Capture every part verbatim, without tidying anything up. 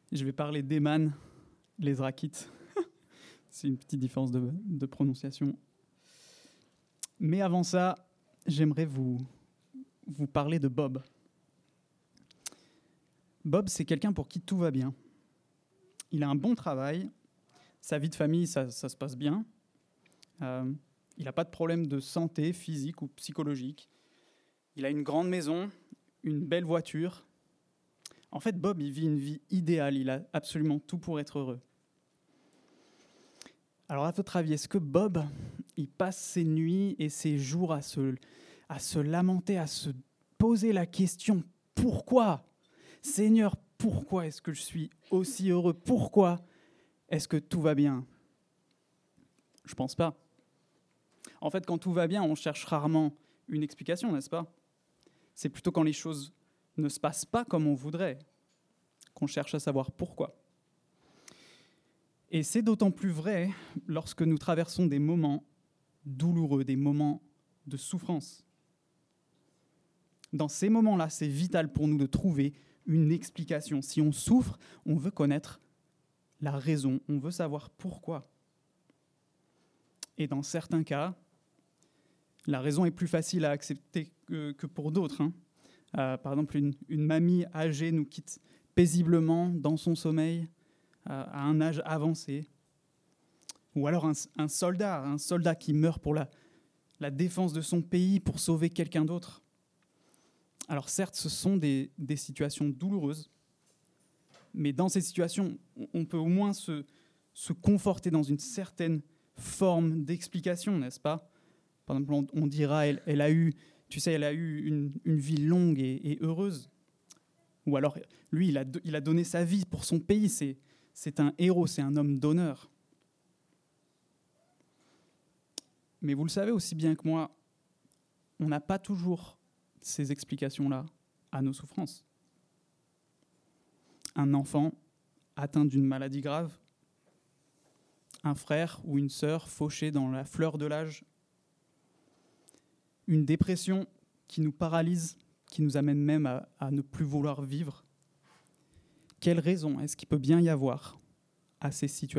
Je vais parler d'Éman, les Zrakites. C'est une petite différence de, de prononciation. Mais avant ça, j'aimerais vous, vous parler de Bob. Bob, c'est quelqu'un pour qui tout va bien. Il a un bon travail, sa vie de famille, ça, ça se passe bien. Euh, il n'a pas de problème de santé physique ou psychologique. Il a une grande maison, une belle voiture. En fait, Bob, il vit une vie idéale. Il a absolument tout pour être heureux. Alors, à votre avis, est-ce que Bob, il passe ses nuits et ses jours à se, à se lamenter, à se poser la question « Pourquoi ? Seigneur, pourquoi est-ce que je suis aussi heureux ? Pourquoi est-ce que tout va bien ?» Je pense pas. En fait, quand tout va bien, on cherche rarement une explication, n'est-ce pas ? C'est plutôt quand les choses ne se passent pas comme on voudrait qu'on cherche à savoir pourquoi. Et c'est d'autant plus vrai lorsque nous traversons des moments douloureux, des moments de souffrance. Dans ces moments-là, c'est vital pour nous de trouver une explication. Si on souffre, on veut connaître la raison, on veut savoir pourquoi. Et dans certains cas, la raison est plus facile à accepter que, que pour d'autres. Hein. Euh, par exemple, une, une mamie âgée nous quitte paisiblement dans son sommeil, euh, à un âge avancé. Ou alors un, un soldat, un soldat qui meurt pour la, la défense de son pays, pour sauver quelqu'un d'autre. Alors certes, ce sont des, des situations douloureuses, mais dans ces situations, on peut au moins se, se conforter dans une certaine forme d'explication, n'est-ce pas ? Par exemple, on, on dira, elle, elle a eu, tu sais, elle a eu une, une vie longue et, et heureuse. Ou alors, lui, il a, il a donné sa vie pour son pays. C'est, c'est un héros, c'est un homme d'honneur. Mais vous le savez aussi bien que moi, on n'a pas toujours ces explications-là à nos souffrances. Un enfant atteint d'une maladie grave, un frère ou une sœur fauchés dans la fleur de l'âge, une dépression qui nous paralyse, qui nous amène même à, à ne plus vouloir vivre. Quelle raison est-ce qu'il peut bien y avoir à ces situations ?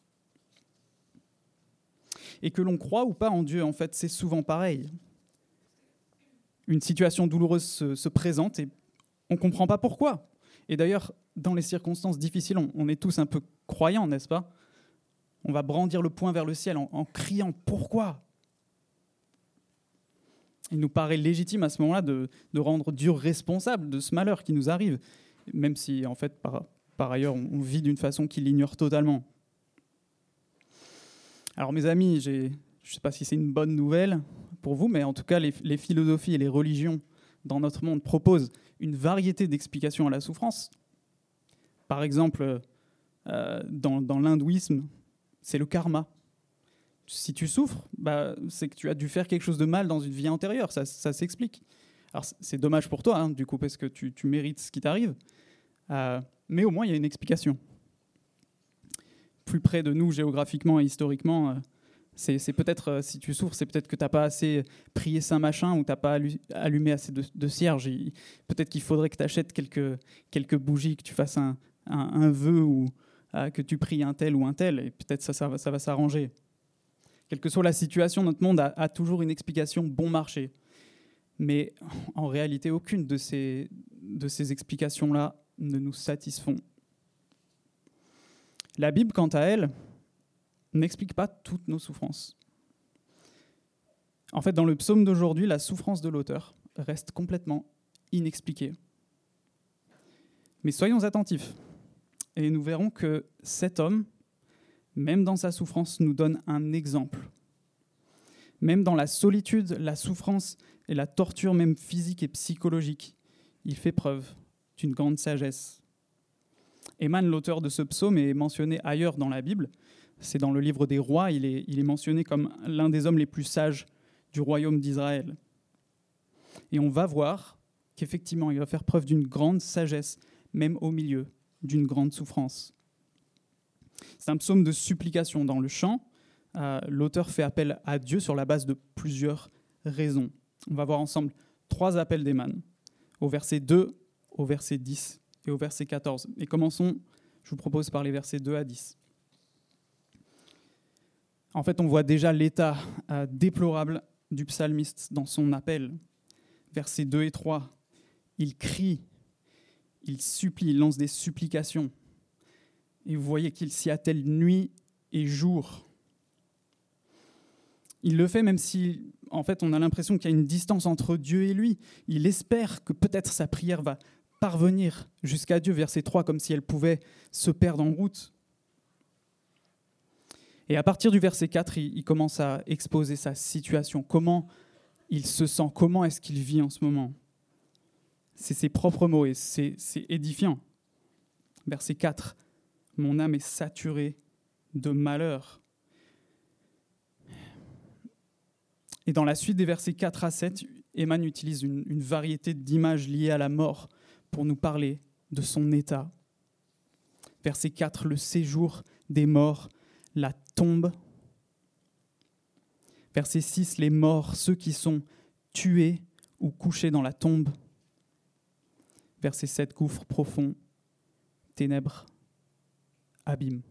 Et que l'on croit ou pas en Dieu, en fait, c'est souvent pareil. Une situation douloureuse se, se présente et on ne comprend pas pourquoi. Et d'ailleurs, dans les circonstances difficiles, on, on est tous un peu croyants, n'est-ce pas ? On va brandir le poing vers le ciel en, en criant « Pourquoi ?» Il nous paraît légitime à ce moment-là de, de rendre Dieu responsable de ce malheur qui nous arrive, même si, en fait, par, par ailleurs, on, on vit d'une façon qu'il ignore totalement. Alors, mes amis, j'ai, je ne sais pas si c'est une bonne nouvelle pour vous, mais en tout cas, les, les philosophies et les religions dans notre monde proposent une variété d'explications à la souffrance. Par exemple, euh, dans, dans l'hindouisme, c'est le karma. Si tu souffres, bah, c'est que tu as dû faire quelque chose de mal dans une vie antérieure, ça, ça s'explique. Alors c'est dommage pour toi, hein, du coup, parce que tu, tu mérites ce qui t'arrive, euh, mais au moins il y a une explication. Plus près de nous, géographiquement et historiquement, euh, c'est, c'est peut-être, euh, si tu souffres, c'est peut-être que tu n'as pas assez prié Saint Machin ou tu n'as pas allumé assez de, de cierges. Il, peut-être qu'il faudrait que tu achètes quelques, quelques bougies, que tu fasses un, un, un vœu ou euh, que tu pries un tel ou un tel, et peut-être ça, ça, va, ça va s'arranger. Quelle que soit la situation, notre monde a, a toujours une explication bon marché. Mais en réalité, aucune de ces, de ces explications-là ne nous satisfont. La Bible, quant à elle, n'explique pas toutes nos souffrances. En fait, dans le psaume d'aujourd'hui, la souffrance de l'auteur reste complètement inexpliquée. Mais soyons attentifs, et nous verrons que cet homme, même dans sa souffrance, nous donne un exemple. Même dans la solitude, la souffrance et la torture, même physique et psychologique, il fait preuve d'une grande sagesse. Éman, l'auteur de ce psaume, est mentionné ailleurs dans la Bible. C'est dans le livre des Rois, il est, il est mentionné comme l'un des hommes les plus sages du royaume d'Israël. Et on va voir qu'effectivement, il va faire preuve d'une grande sagesse, même au milieu d'une grande souffrance. C'est un psaume de supplication. Dans le chant, euh, l'auteur fait appel à Dieu sur la base de plusieurs raisons. On va voir ensemble trois appels d'Éman, au verset deux, au verset dix et au verset quatorze. Et commençons, je vous propose, par les versets deux à dix. En fait, on voit déjà l'état euh, déplorable du psalmiste dans son appel. Versets deux et trois, il crie, il supplie, il lance des supplications. Et vous voyez qu'il s'y attelle nuit et jour. Il le fait même si, en fait, on a l'impression qu'il y a une distance entre Dieu et lui. Il espère que peut-être sa prière va parvenir jusqu'à Dieu, verset trois, comme si elle pouvait se perdre en route. Et à partir du verset quatre, il, il commence à exposer sa situation. Comment il se sent, comment est-ce qu'il vit en ce moment. C'est ses propres mots et c'est, c'est édifiant. Verset quatre, « Mon âme est saturée de malheur. » Et dans la suite des versets quatre à sept, Éman utilise une, une variété d'images liées à la mort pour nous parler de son état. Verset quatre, le séjour des morts, la tombe. Verset six, les morts, ceux qui sont tués ou couchés dans la tombe. Verset sept, gouffre profond, ténèbres, abîme.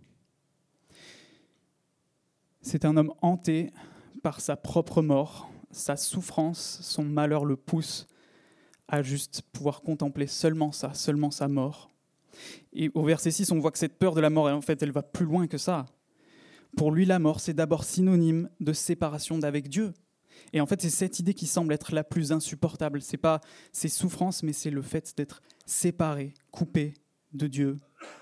C'est un homme hanté par sa propre mort, sa souffrance, son malheur le pousse à juste pouvoir contempler seulement ça, seulement sa mort. Et au verset six, on voit que cette peur de la mort, en fait, elle va plus loin que ça. Pour lui, la mort, c'est d'abord synonyme de séparation d'avec Dieu. Et en fait, c'est cette idée qui semble être la plus insupportable. Ce n'est pas ses souffrances, mais c'est le fait d'être séparé, coupé de Dieu.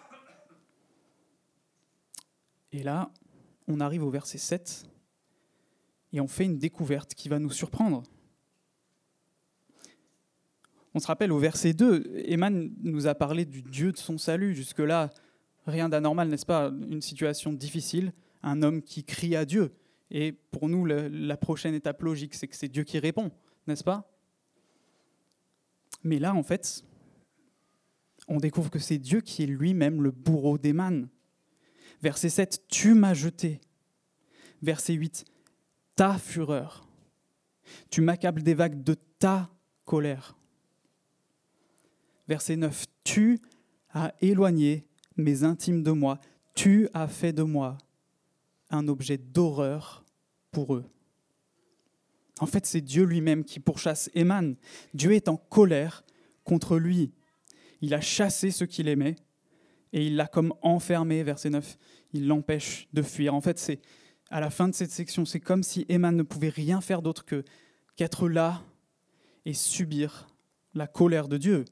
Et là, on arrive au verset sept, et on fait une découverte qui va nous surprendre. On se rappelle au verset deux, Éman nous a parlé du Dieu de son salut. Jusque-là, rien d'anormal, n'est-ce pas? Une situation difficile, un homme qui crie à Dieu. Et pour nous, le, la prochaine étape logique, c'est que c'est Dieu qui répond, n'est-ce pas? Mais là, en fait, on découvre que c'est Dieu qui est lui-même le bourreau d'Éman. Verset sept, « Tu m'as jeté ». Verset huit, « Ta fureur ». Tu m'accables des vagues de ta colère. Verset neuf, « Tu as éloigné mes intimes de moi. Tu as fait de moi un objet d'horreur pour eux. » En fait, c'est Dieu lui-même qui pourchasse Éman. Dieu est en colère contre lui. Il a chassé ceux qu'il aimait et il l'a comme enfermé, verset neuf. Il l'empêche de fuir. En fait, c'est à la fin de cette section, c'est comme si Éman ne pouvait rien faire d'autre que, qu'être là et subir la colère de Dieu.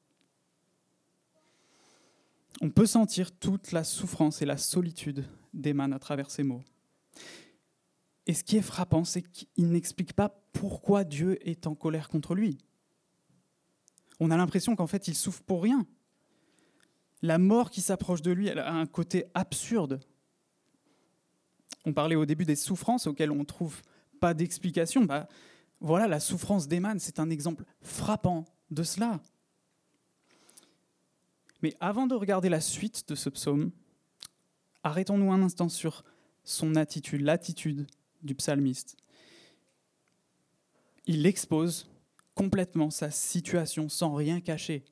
On peut sentir toute la souffrance et la solitude d'Éman à travers ces mots. Et ce qui est frappant, c'est qu'il n'explique pas pourquoi Dieu est en colère contre lui. On a l'impression qu'en fait, il souffre pour rien. La mort qui s'approche de lui, elle a un côté absurde. On parlait au début des souffrances auxquelles on ne trouve pas d'explication. Bah, voilà, la souffrance d'Éman, c'est un exemple frappant de cela. Mais avant de regarder la suite de ce psaume, arrêtons-nous un instant sur son attitude, l'attitude du psalmiste. Il expose complètement sa situation sans rien cacher.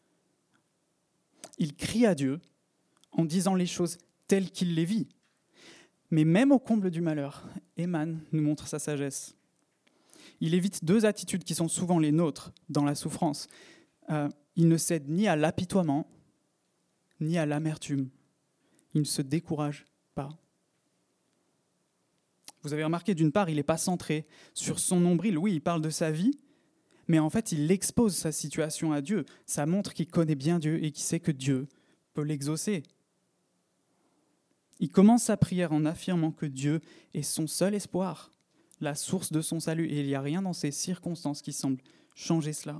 Il crie à Dieu en disant les choses telles qu'il les vit. Mais même au comble du malheur, Éman nous montre sa sagesse. Il évite deux attitudes qui sont souvent les nôtres dans la souffrance. Euh, il ne cède ni à l'apitoiement, ni à l'amertume. Il ne se décourage pas. Vous avez remarqué, d'une part, il n'est pas centré sur son nombril. Oui, il parle de sa vie, mais en fait, il expose sa situation à Dieu. Ça montre qu'il connaît bien Dieu et qu'il sait que Dieu peut l'exaucer. Il commence sa prière en affirmant que Dieu est son seul espoir, la source de son salut. Et il n'y a rien dans ces circonstances qui semble changer cela.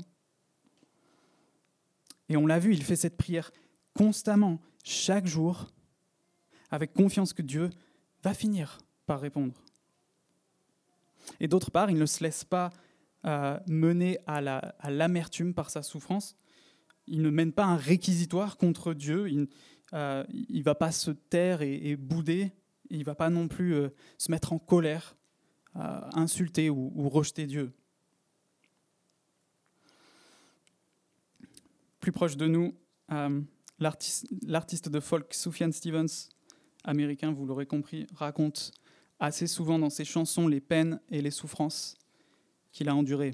Et on l'a vu, il fait cette prière constamment, chaque jour, avec confiance que Dieu va finir par répondre. Et d'autre part, il ne se laisse pas euh, mener à, la, à l'amertume par sa souffrance. Il ne mène pas un réquisitoire contre Dieu. Il ne euh, va pas se taire et, et bouder. Il ne va pas non plus euh, se mettre en colère, euh, insulter ou, ou rejeter Dieu. Plus proche de nous, Euh, l'artiste, l'artiste de folk Sufjan Stevens, américain, vous l'aurez compris, raconte assez souvent dans ses chansons les peines et les souffrances qu'il a endurées.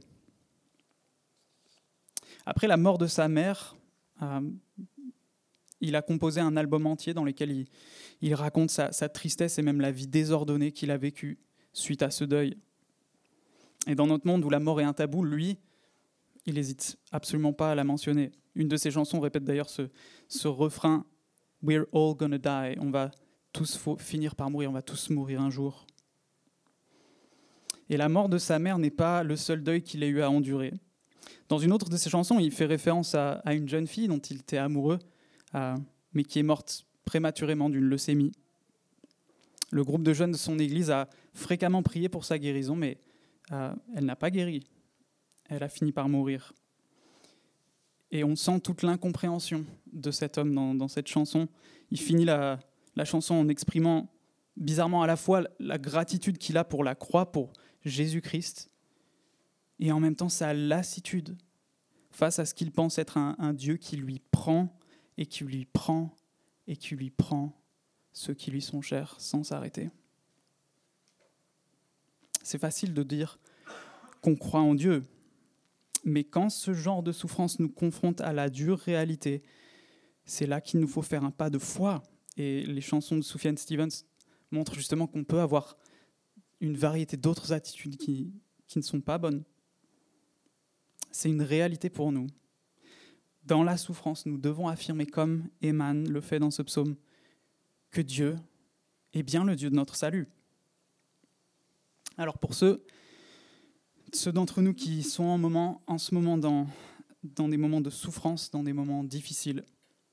Après la mort de sa mère, euh, il a composé un album entier dans lequel il, il raconte sa, sa tristesse et même la vie désordonnée qu'il a vécue suite à ce deuil. Et dans notre monde où la mort est un tabou, lui, il n'hésite absolument pas à la mentionner. Une de ses chansons répète d'ailleurs ce, ce refrain « We're all gonna die », on va tous faut finir par mourir, on va tous mourir un jour. Et la mort de sa mère n'est pas le seul deuil qu'il ait eu à endurer. Dans une autre de ses chansons, il fait référence à, à une jeune fille dont il était amoureux, euh, mais qui est morte prématurément d'une leucémie. Le groupe de jeunes de son église a fréquemment prié pour sa guérison, mais euh, elle n'a pas guéri. Elle a fini par mourir. Et on sent toute l'incompréhension de cet homme dans, dans cette chanson. Il finit la, la chanson en exprimant bizarrement à la fois la gratitude qu'il a pour la croix, pour Jésus-Christ, et en même temps sa lassitude face à ce qu'il pense être un, un Dieu qui lui prend et qui lui prend et qui lui prend ceux qui lui sont chers sans s'arrêter. C'est facile de dire qu'on croit en Dieu, mais quand ce genre de souffrance nous confronte à la dure réalité, c'est là qu'il nous faut faire un pas de foi. Et les chansons de Sufjan Stevens montrent justement qu'on peut avoir une variété d'autres attitudes qui, qui ne sont pas bonnes. C'est une réalité pour nous. Dans la souffrance, nous devons affirmer, comme Éman le fait dans ce psaume, que Dieu est bien le Dieu de notre salut. Alors pour ceux, ceux d'entre nous qui sont en, moment, en ce moment dans, dans des moments de souffrance, dans des moments difficiles,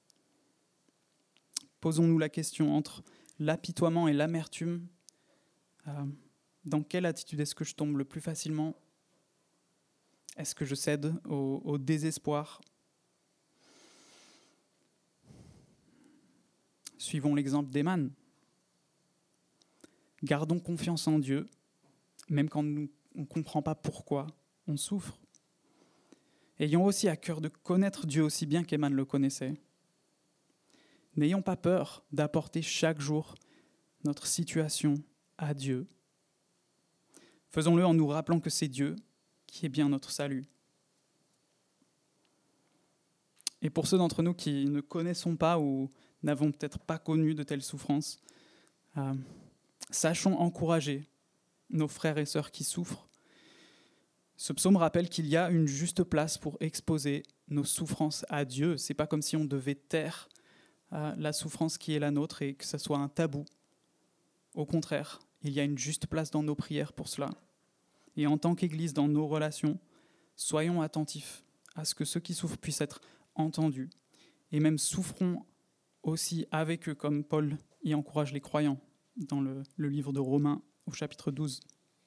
posons-nous la question entre l'apitoiement et l'amertume. Euh, dans quelle attitude est-ce que je tombe le plus facilement ? Est-ce que je cède au, au désespoir ? Suivons l'exemple d'Éman. Gardons confiance en Dieu, même quand nous, on ne comprend pas pourquoi on souffre. Ayons aussi à cœur de connaître Dieu aussi bien qu'Éman le connaissait. N'ayons pas peur d'apporter chaque jour notre situation à Dieu. Faisons-le en nous rappelant que c'est Dieu qui est bien notre salut. Et pour ceux d'entre nous qui ne connaissons pas ou n'avons peut-être pas connu de telles souffrances, euh, sachons encourager nos frères et sœurs qui souffrent. Ce psaume rappelle qu'il y a une juste place pour exposer nos souffrances à Dieu. Ce n'est pas comme si on devait taire euh, la souffrance qui est la nôtre et que ce soit un tabou. Au contraire, il y a une juste place dans nos prières pour cela. Et en tant qu'Église, dans nos relations, soyons attentifs à ce que ceux qui souffrent puissent être entendus. Et même souffrons aussi avec eux, comme Paul y encourage les croyants dans le, le livre de Romains au chapitre douze.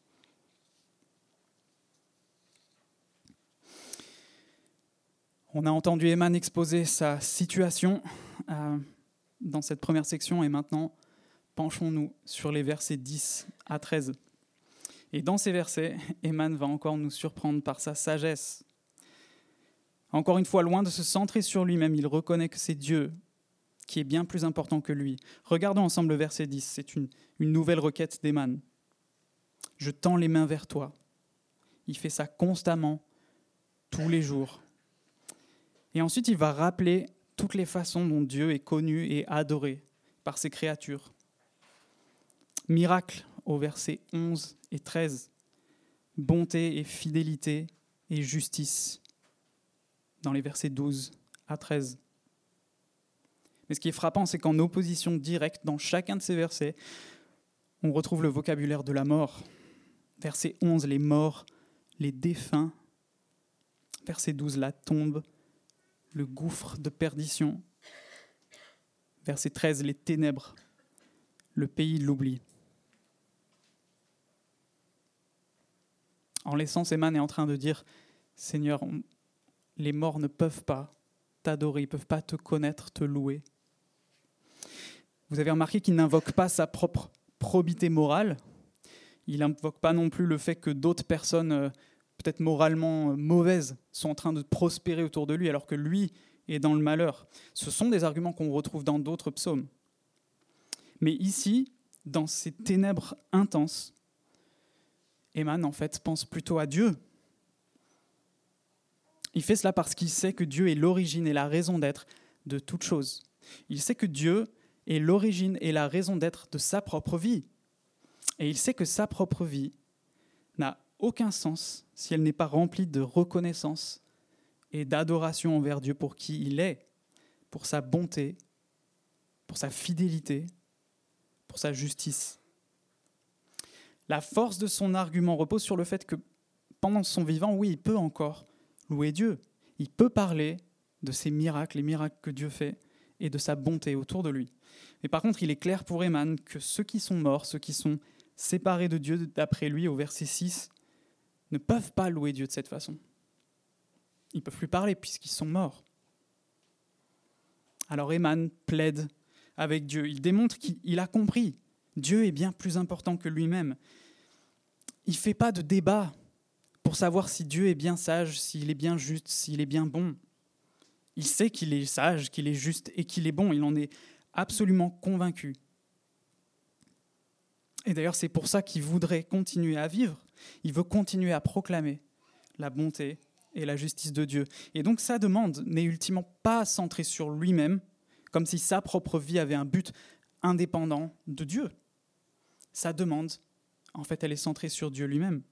On a entendu Éman exposer sa situation euh, dans cette première section et maintenant, penchons-nous sur les versets dix à treize. Et dans ces versets, Éman va encore nous surprendre par sa sagesse. Encore une fois, loin de se centrer sur lui-même, il reconnaît que c'est Dieu qui est bien plus important que lui. Regardons ensemble le verset dix, c'est une, une nouvelle requête d'Éman. « Je tends les mains vers toi ». Il fait ça constamment, tous les jours. Et ensuite, il va rappeler toutes les façons dont Dieu est connu et adoré par ses créatures. Miracle au verset onze et treize. Bonté et fidélité et justice dans les versets douze à treize. Mais ce qui est frappant, c'est qu'en opposition directe, dans chacun de ces versets, on retrouve le vocabulaire de la mort. Verset onze, les morts, les défunts. Verset douze, la tombe, le gouffre de perdition. Verset treize, les ténèbres, le pays de l'oubli. En l'essence, Éman est en train de dire, Seigneur, on, les morts ne peuvent pas t'adorer, ils ne peuvent pas te connaître, te louer. Vous avez remarqué qu'il n'invoque pas sa propre probité morale. Il n'invoque pas non plus le fait que d'autres personnes, peut-être moralement mauvaises, sont en train de prospérer autour de lui, alors que lui et dans le malheur. Ce sont des arguments qu'on retrouve dans d'autres psaumes. Mais ici, dans ces ténèbres intenses, Héman, en fait, pense plutôt à Dieu. Il fait cela parce qu'il sait que Dieu est l'origine et la raison d'être de toute chose. Il sait que Dieu est l'origine et la raison d'être de sa propre vie. Et il sait que sa propre vie n'a aucun sens si elle n'est pas remplie de reconnaissance et d'adoration envers Dieu pour qui il est, pour sa bonté, pour sa fidélité, pour sa justice. La force de son argument repose sur le fait que pendant son vivant, oui, il peut encore louer Dieu. Il peut parler de ses miracles, les miracles que Dieu fait, et de sa bonté autour de lui. Mais par contre, il est clair pour Héman que ceux qui sont morts, ceux qui sont séparés de Dieu, d'après lui, au verset six, ne peuvent pas louer Dieu de cette façon. Ils ne peuvent plus parler puisqu'ils sont morts. Alors Héman plaide avec Dieu. Il démontre qu'il a compris. Dieu est bien plus important que lui-même. Il ne fait pas de débat pour savoir si Dieu est bien sage, s'il est bien juste, s'il est bien bon. Il sait qu'il est sage, qu'il est juste et qu'il est bon. Il en est absolument convaincu. Et d'ailleurs, c'est pour ça qu'il voudrait continuer à vivre. Il veut continuer à proclamer la bonté et la justice de Dieu. Et donc sa demande n'est ultimement pas centrée sur lui-même, comme si sa propre vie avait un but indépendant de Dieu. Sa demande, en fait, elle est centrée sur Dieu lui-même.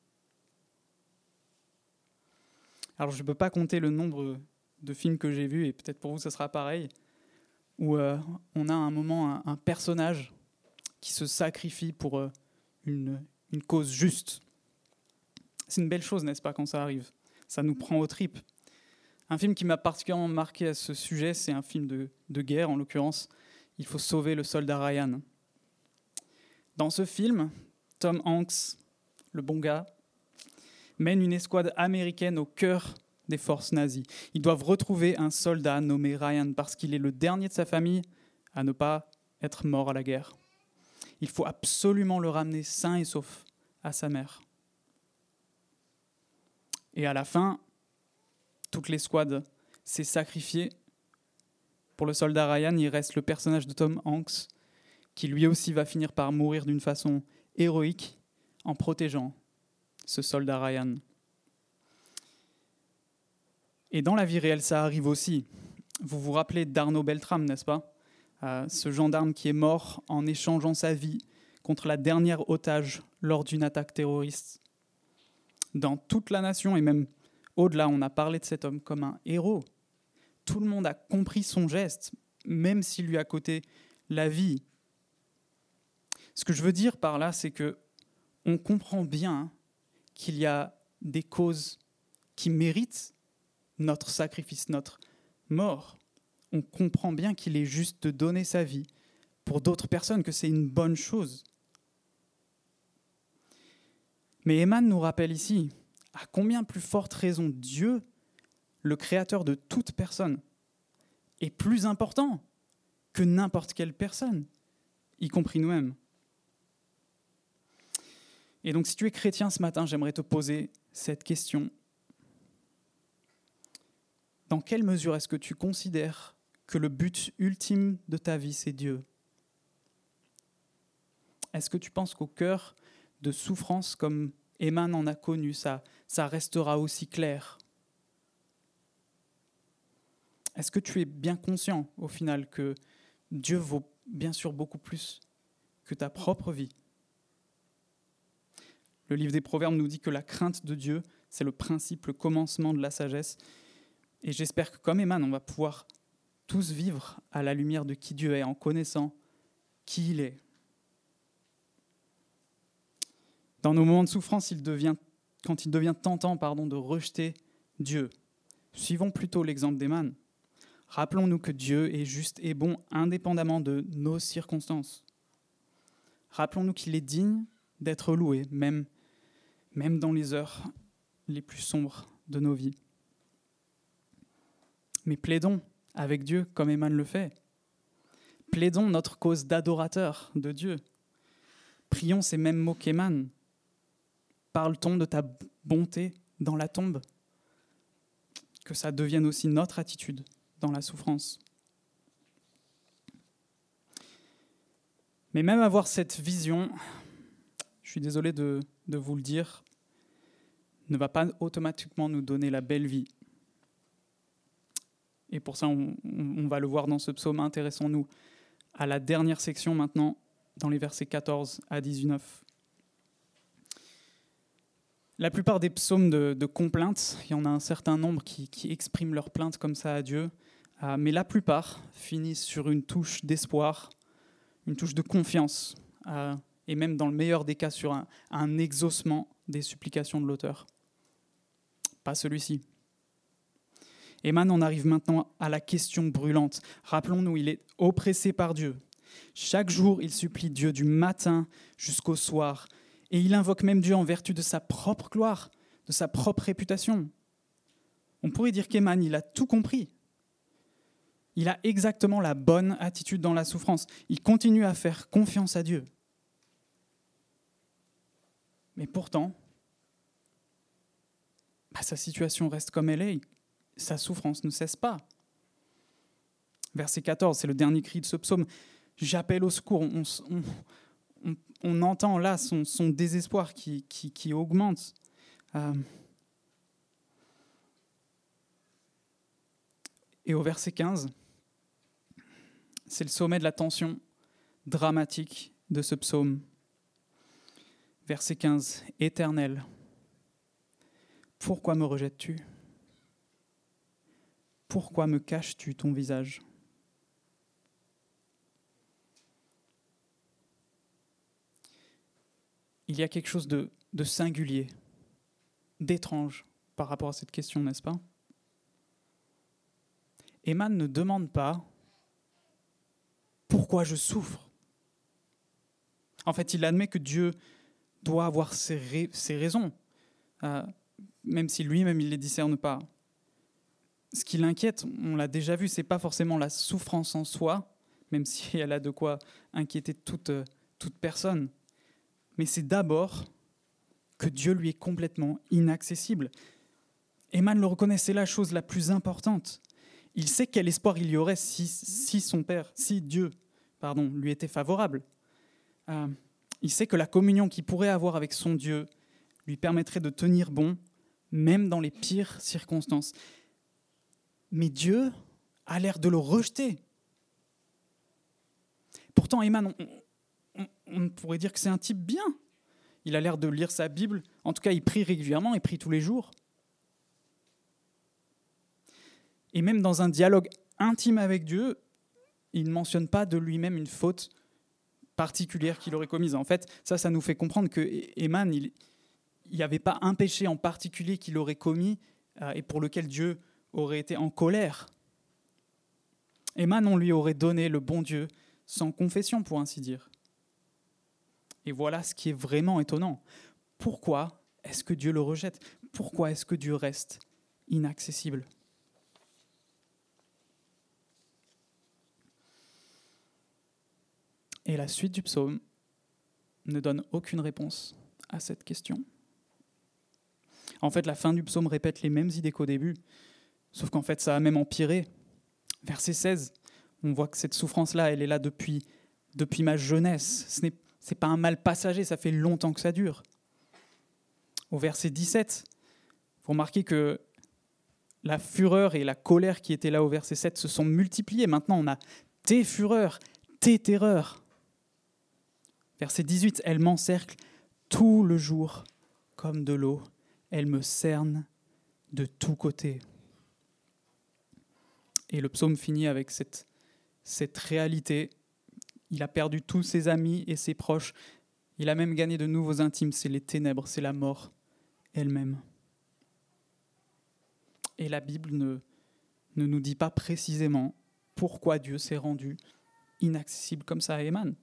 Alors je ne peux pas compter le nombre de films que j'ai vus, et peut-être pour vous ce sera pareil, où euh, on a à un moment un, un personnage qui se sacrifie pour euh, une, une cause juste. C'est une belle chose, n'est-ce pas, quand ça arrive ? Ça nous prend aux tripes. Un film qui m'a particulièrement marqué à ce sujet, c'est un film de, de guerre, en l'occurrence. Il faut sauver le soldat Ryan. Dans ce film, Tom Hanks, le bon gars, mène une escouade américaine au cœur des forces nazies. Ils doivent retrouver un soldat nommé Ryan parce qu'il est le dernier de sa famille à ne pas être mort à la guerre. Il faut absolument le ramener sain et sauf à sa mère. Et à la fin, toute l'escouade s'est sacrifiée. Pour le soldat Ryan, il reste le personnage de Tom Hanks, qui lui aussi va finir par mourir d'une façon héroïque en protégeant ce soldat Ryan. Et dans la vie réelle, ça arrive aussi. Vous vous rappelez d'Arnaud Beltrame, n'est-ce pas ? Euh, ce gendarme qui est mort en échangeant sa vie contre la dernière otage lors d'une attaque terroriste. Dans toute la nation, et même au-delà, on a parlé de cet homme comme un héros. Tout le monde a compris son geste, même s'il lui a coûté la vie. Ce que je veux dire par là, c'est que on comprend bien qu'il y a des causes qui méritent notre sacrifice, notre mort. On comprend bien qu'il est juste de donner sa vie pour d'autres personnes, que c'est une bonne chose. Mais Héman nous rappelle ici, à combien plus forte raison Dieu, le créateur de toute personne, est plus important que n'importe quelle personne, y compris nous-mêmes. Et donc si tu es chrétien ce matin, j'aimerais te poser cette question. Dans quelle mesure est-ce que tu considères que le but ultime de ta vie, c'est Dieu ? Est-ce que tu penses qu'au cœur de souffrance comme Héman en a connu, ça, ça restera aussi clair ? Est-ce que tu es bien conscient au final que Dieu vaut bien sûr beaucoup plus que ta propre vie ? Le livre des Proverbes nous dit que la crainte de Dieu, c'est le principe, le commencement de la sagesse. Et j'espère que comme Héman, on va pouvoir tous vivre à la lumière de qui Dieu est, en connaissant qui il est. Dans nos moments de souffrance, il devient, quand il devient tentant pardon, de rejeter Dieu, suivons plutôt l'exemple d'Héman. Rappelons-nous que Dieu est juste et bon indépendamment de nos circonstances. Rappelons-nous qu'il est digne d'être loué, même, même dans les heures les plus sombres de nos vies. Mais plaidons avec Dieu comme Héman le fait. Plaidons notre cause d'adorateur de Dieu. Prions ces mêmes mots qu'Héman. Parle-t-on de ta bonté dans la tombe ? Que ça devienne aussi notre attitude dans la souffrance. Mais même avoir cette vision, je suis désolé de, de vous le dire, ne va pas automatiquement nous donner la belle vie. Et pour ça, on, on va le voir dans ce psaume. Intéressons-nous à la dernière section maintenant, dans les versets quatorze à dix-neuf. La plupart des psaumes de, de complainte, il y en a un certain nombre qui, qui expriment leur plainte comme ça à Dieu, euh, mais la plupart finissent sur une touche d'espoir, une touche de confiance, euh, et même dans le meilleur des cas sur un, un exaucement des supplications de l'auteur. Pas celui-ci. Éman, on arrive maintenant à la question brûlante. Rappelons-nous, il est oppressé par Dieu. Chaque jour, il supplie Dieu du matin jusqu'au soir. Et il invoque même Dieu en vertu de sa propre gloire, de sa propre réputation. On pourrait dire qu'Éman, il a tout compris. Il a exactement la bonne attitude dans la souffrance. Il continue à faire confiance à Dieu. Mais pourtant, bah, sa situation reste comme elle est. Sa souffrance ne cesse pas. Verset quatorze, c'est le dernier cri de ce psaume. J'appelle au secours. On, on, on, on entend là son, son désespoir qui, qui, qui augmente. Euh, et au verset quinze, c'est le sommet de la tension dramatique de ce psaume. Verset quinze, Éternel, pourquoi me rejettes-tu ? Pourquoi me caches-tu ton visage ? Il y a quelque chose de, de singulier, d'étrange par rapport à cette question, n'est-ce pas ? Éman ne demande pas « Pourquoi je souffre ?» En fait, il admet que Dieu doit avoir ses, ra- ses raisons, euh, même si lui-même il ne les discerne pas. Ce qui l'inquiète, on l'a déjà vu, ce n'est pas forcément la souffrance en soi, même si elle a de quoi inquiéter toute, toute personne, mais c'est d'abord que Dieu lui est complètement inaccessible. Éman le reconnaît, c'est la chose la plus importante. Il sait quel espoir il y aurait si, si son Père, si Dieu, pardon, lui était favorable. Euh, il sait que la communion qu'il pourrait avoir avec son Dieu lui permettrait de tenir bon, même dans les pires circonstances. Mais Dieu a l'air de le rejeter. Pourtant, Éman, on, on, on pourrait dire que c'est un type bien. Il a l'air de lire sa Bible. En tout cas, il prie régulièrement, il prie tous les jours. Et même dans un dialogue intime avec Dieu, il ne mentionne pas de lui-même une faute particulière qu'il aurait commise. En fait, ça, ça nous fait comprendre que Éman, il n'y avait pas un péché en particulier qu'il aurait commis euh, et pour lequel Dieu aurait été en colère. Éman, on lui aurait donné le bon Dieu sans confession, pour ainsi dire. Et voilà ce qui est vraiment étonnant. Pourquoi est-ce que Dieu le rejette ? Pourquoi est-ce que Dieu reste inaccessible ? Et la suite du psaume ne donne aucune réponse à cette question. En fait, la fin du psaume répète les mêmes idées qu'au début, sauf qu'en fait, ça a même empiré. Verset seize, on voit que cette souffrance-là, elle est là depuis, depuis ma jeunesse. Ce n'est, c'est pas un mal passager, ça fait longtemps que ça dure. Au verset dix-sept, vous remarquez que la fureur et la colère qui étaient là au verset sept se sont multipliées. Maintenant, on a tes fureurs, tes terreurs. Verset dix-huit, elle m'encercle tout le jour comme de l'eau. Elle me cerne de tous côtés. Et le psaume finit avec cette, cette réalité. Il a perdu tous ses amis et ses proches. Il a même gagné de nouveaux intimes. C'est les ténèbres, c'est la mort elle-même. Et la Bible ne, ne nous dit pas précisément pourquoi Dieu s'est rendu inaccessible comme ça à Éman.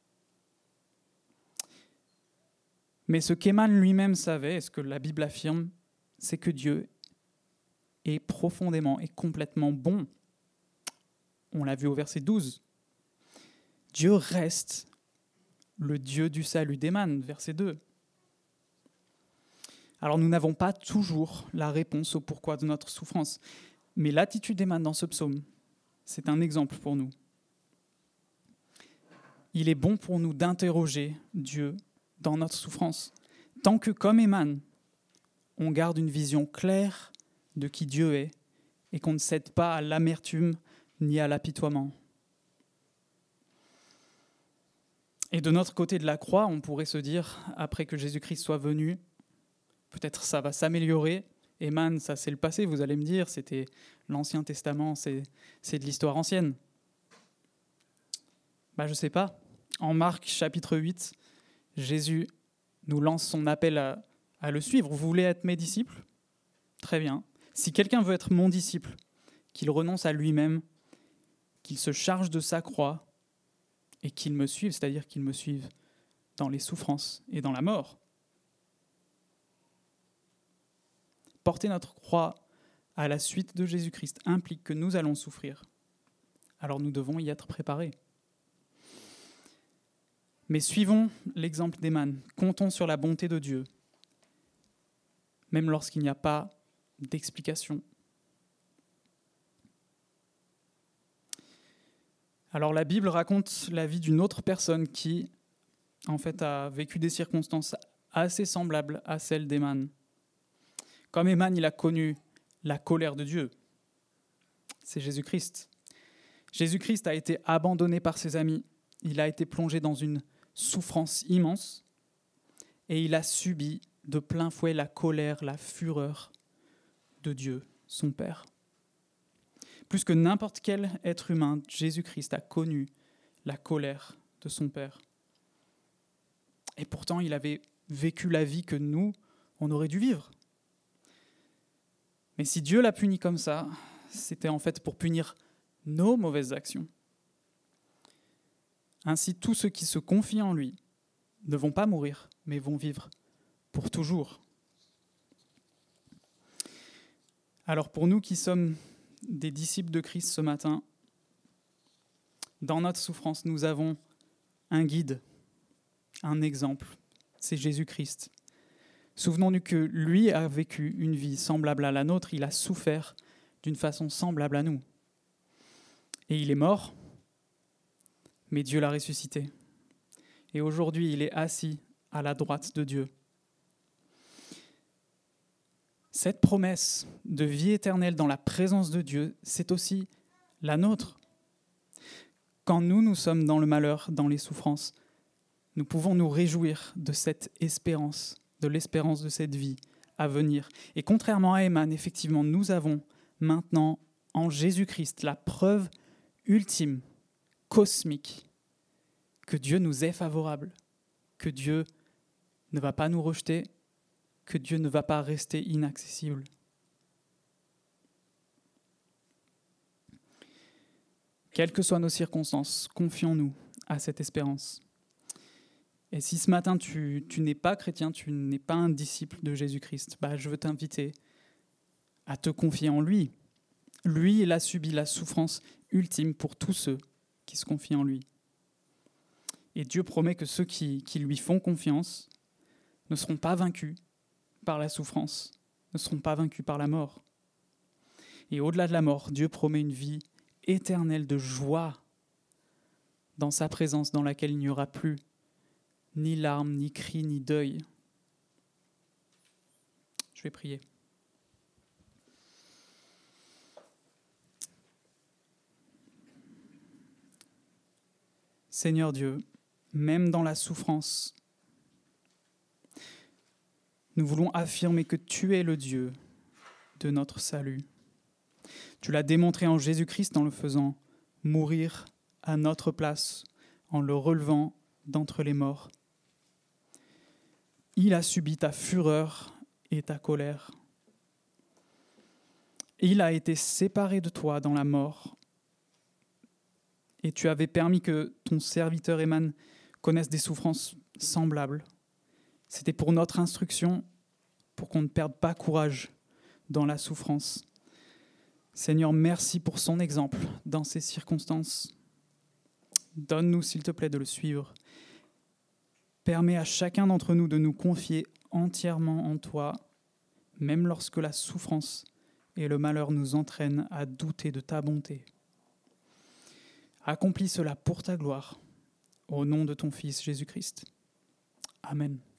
Mais ce qu'Éman lui-même savait, et ce que la Bible affirme, c'est que Dieu est profondément et complètement bon. On l'a vu au verset douze. Dieu reste le Dieu du salut d'Éman, verset deux. Alors nous n'avons pas toujours la réponse au pourquoi de notre souffrance, mais l'attitude d'Éman dans ce psaume c'est un exemple pour nous. Il est bon pour nous d'interroger Dieu dans notre souffrance, tant que, comme Éman, on garde une vision claire de qui Dieu est et qu'on ne cède pas à l'amertume ni à l'apitoiement. Et de notre côté de la croix, on pourrait se dire, après que Jésus-Christ soit venu, peut-être ça va s'améliorer. Éman, ça c'est le passé, vous allez me dire, c'était l'Ancien Testament, c'est, c'est de l'histoire ancienne. Bah, je ne sais pas. En Marc chapitre huit, Jésus nous lance son appel à, à le suivre. Vous voulez être mes disciples ? Très bien. Si quelqu'un veut être mon disciple, qu'il renonce à lui-même, qu'il se charge de sa croix et qu'il me suive, c'est-à-dire qu'il me suive dans les souffrances et dans la mort. Porter notre croix à la suite de Jésus-Christ implique que nous allons souffrir. Alors nous devons y être préparés. Mais suivons l'exemple d'Éman. Comptons sur la bonté de Dieu, même lorsqu'il n'y a pas d'explication. Alors la Bible raconte la vie d'une autre personne qui, en fait, a vécu des circonstances assez semblables à celles d'Éman. Comme Éman, il a connu la colère de Dieu. C'est Jésus-Christ. Jésus-Christ a été abandonné par ses amis. Il a été plongé dans une souffrance immense et il a subi de plein fouet la colère, la fureur de Dieu, son Père. Plus que n'importe quel être humain, Jésus-Christ a connu la colère de son Père. Et pourtant, il avait vécu la vie que nous, on aurait dû vivre. Mais si Dieu l'a puni comme ça, c'était en fait pour punir nos mauvaises actions. Ainsi, tous ceux qui se confient en lui ne vont pas mourir, mais vont vivre pour toujours. Alors pour nous qui sommes des disciples de Christ ce matin, dans notre souffrance, nous avons un guide, un exemple, c'est Jésus-Christ. Souvenons-nous que lui a vécu une vie semblable à la nôtre, il a souffert d'une façon semblable à nous. Et il est mort, mais Dieu l'a ressuscité. Et aujourd'hui, il est assis à la droite de Dieu. Cette promesse de vie éternelle dans la présence de Dieu, c'est aussi la nôtre. Quand nous, nous sommes dans le malheur, dans les souffrances, nous pouvons nous réjouir de cette espérance, de l'espérance de cette vie à venir. Et contrairement à Éman, effectivement, nous avons maintenant en Jésus-Christ la preuve ultime, cosmique, que Dieu nous est favorable, que Dieu ne va pas nous rejeter, que Dieu ne va pas rester inaccessible. Quelles que soient nos circonstances, confions-nous à cette espérance. Et si ce matin tu, tu n'es pas chrétien, tu n'es pas un disciple de Jésus-Christ, bah, je veux t'inviter à te confier en lui. Lui, il a subi la souffrance ultime pour tous ceux qui se confient en lui. Et Dieu promet que ceux qui, qui lui font confiance ne seront pas vaincus par la souffrance, ne seront pas vaincus par la mort. Et au-delà de la mort, Dieu promet une vie éternelle de joie dans sa présence, dans laquelle il n'y aura plus ni larmes, ni cris, ni deuil. Je vais prier. Seigneur Dieu, même dans la souffrance, nous voulons affirmer que tu es le Dieu de notre salut. Tu l'as démontré en Jésus-Christ en le faisant mourir à notre place, en le relevant d'entre les morts. Il a subi ta fureur et ta colère. Il a été séparé de toi dans la mort. Et tu avais permis que ton serviteur Éman connaisse des souffrances semblables. C'était pour notre instruction, pour qu'on ne perde pas courage dans la souffrance. Seigneur, merci pour son exemple dans ces circonstances. Donne-nous, s'il te plaît, de le suivre. Permets à chacun d'entre nous de nous confier entièrement en toi, même lorsque la souffrance et le malheur nous entraînent à douter de ta bonté. Accomplis cela pour ta gloire, au nom de ton Fils Jésus-Christ. Amen.